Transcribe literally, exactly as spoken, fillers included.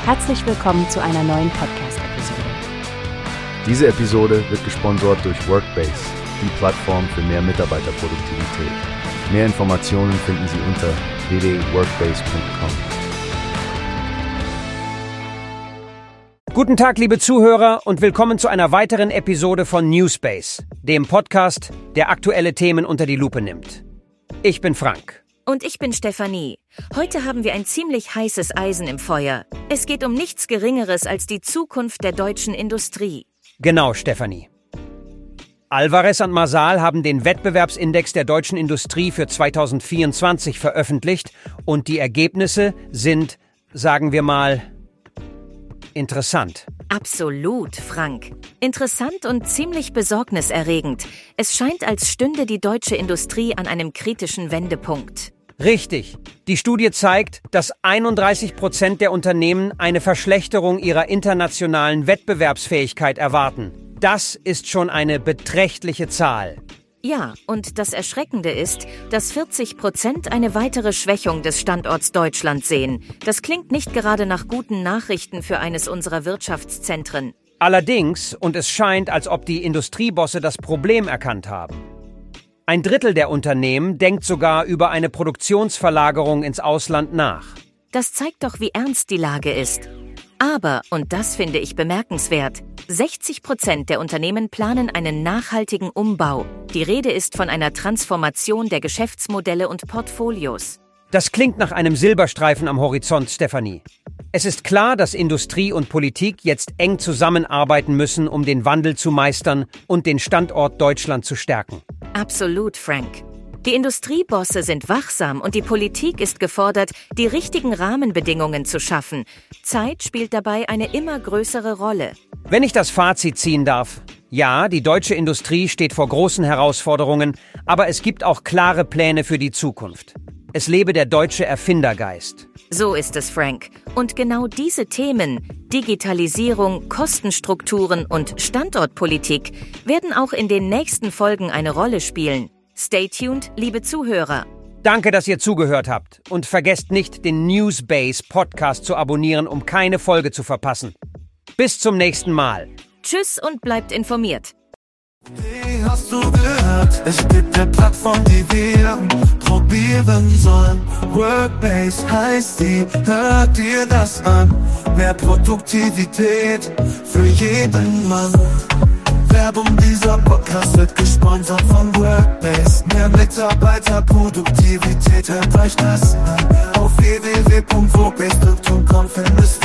Herzlich willkommen zu einer neuen Podcast-Episode. Diese Episode wird gesponsert durch Workbase, die Plattform für mehr Mitarbeiterproduktivität. Mehr Informationen finden Sie unter w w w punkt workbase punkt com. Guten Tag, liebe Zuhörer, und willkommen zu einer weiteren Episode von Newspace, dem Podcast, der aktuelle Themen unter die Lupe nimmt. Ich bin Frank. Und ich bin Stefanie. Heute haben wir ein ziemlich heißes Eisen im Feuer. Es geht um nichts Geringeres als die Zukunft der deutschen Industrie. Genau, Stefanie. Alvarez und Marsal haben den Wettbewerbsindex der deutschen Industrie für zweitausendvierundzwanzig veröffentlicht und die Ergebnisse sind, sagen wir mal, interessant. Absolut, Frank. Interessant und ziemlich besorgniserregend. Es scheint, als stünde die deutsche Industrie an einem kritischen Wendepunkt. Richtig. Die Studie zeigt, dass einunddreißig Prozent der Unternehmen eine Verschlechterung ihrer internationalen Wettbewerbsfähigkeit erwarten. Das ist schon eine beträchtliche Zahl. Ja, und das Erschreckende ist, dass vierzig Prozent eine weitere Schwächung des Standorts Deutschland sehen. Das klingt nicht gerade nach guten Nachrichten für eines unserer Wirtschaftszentren. Allerdings, und es scheint, als ob die Industriebosse das Problem erkannt haben. Ein Drittel der Unternehmen denkt sogar über eine Produktionsverlagerung ins Ausland nach. Das zeigt doch, wie ernst die Lage ist. Aber, und das finde ich bemerkenswert, sechzig Prozent der Unternehmen planen einen nachhaltigen Umbau. Die Rede ist von einer Transformation der Geschäftsmodelle und Portfolios. Das klingt nach einem Silberstreifen am Horizont, Stefanie. Es ist klar, dass Industrie und Politik jetzt eng zusammenarbeiten müssen, um den Wandel zu meistern und den Standort Deutschland zu stärken. Absolut, Frank. Die Industriebosse sind wachsam und die Politik ist gefordert, die richtigen Rahmenbedingungen zu schaffen. Zeit spielt dabei eine immer größere Rolle. Wenn ich das Fazit ziehen darf, ja, die deutsche Industrie steht vor großen Herausforderungen, aber es gibt auch klare Pläne für die Zukunft. Es lebe der deutsche Erfindergeist. So ist es, Frank. Und genau diese Themen, Digitalisierung, Kostenstrukturen und Standortpolitik, werden auch in den nächsten Folgen eine Rolle spielen. Stay tuned, liebe Zuhörer. Danke, dass ihr zugehört habt. Und vergesst nicht, den Newspace Podcast zu abonnieren, um keine Folge zu verpassen. Bis zum nächsten Mal. Tschüss und bleibt informiert. Wie hast du gehört? Es gibt eine Plattform, die wir probieren sollen. Workbase heißt die, hört dir das an. Mehr Produktivität für jeden Mann. Werbung, dieser Podcast wird gesponsert von Workbase. Mehr Mitarbeiterproduktivität, hört euch das an. Auf w w w punkt workbase punkt com findest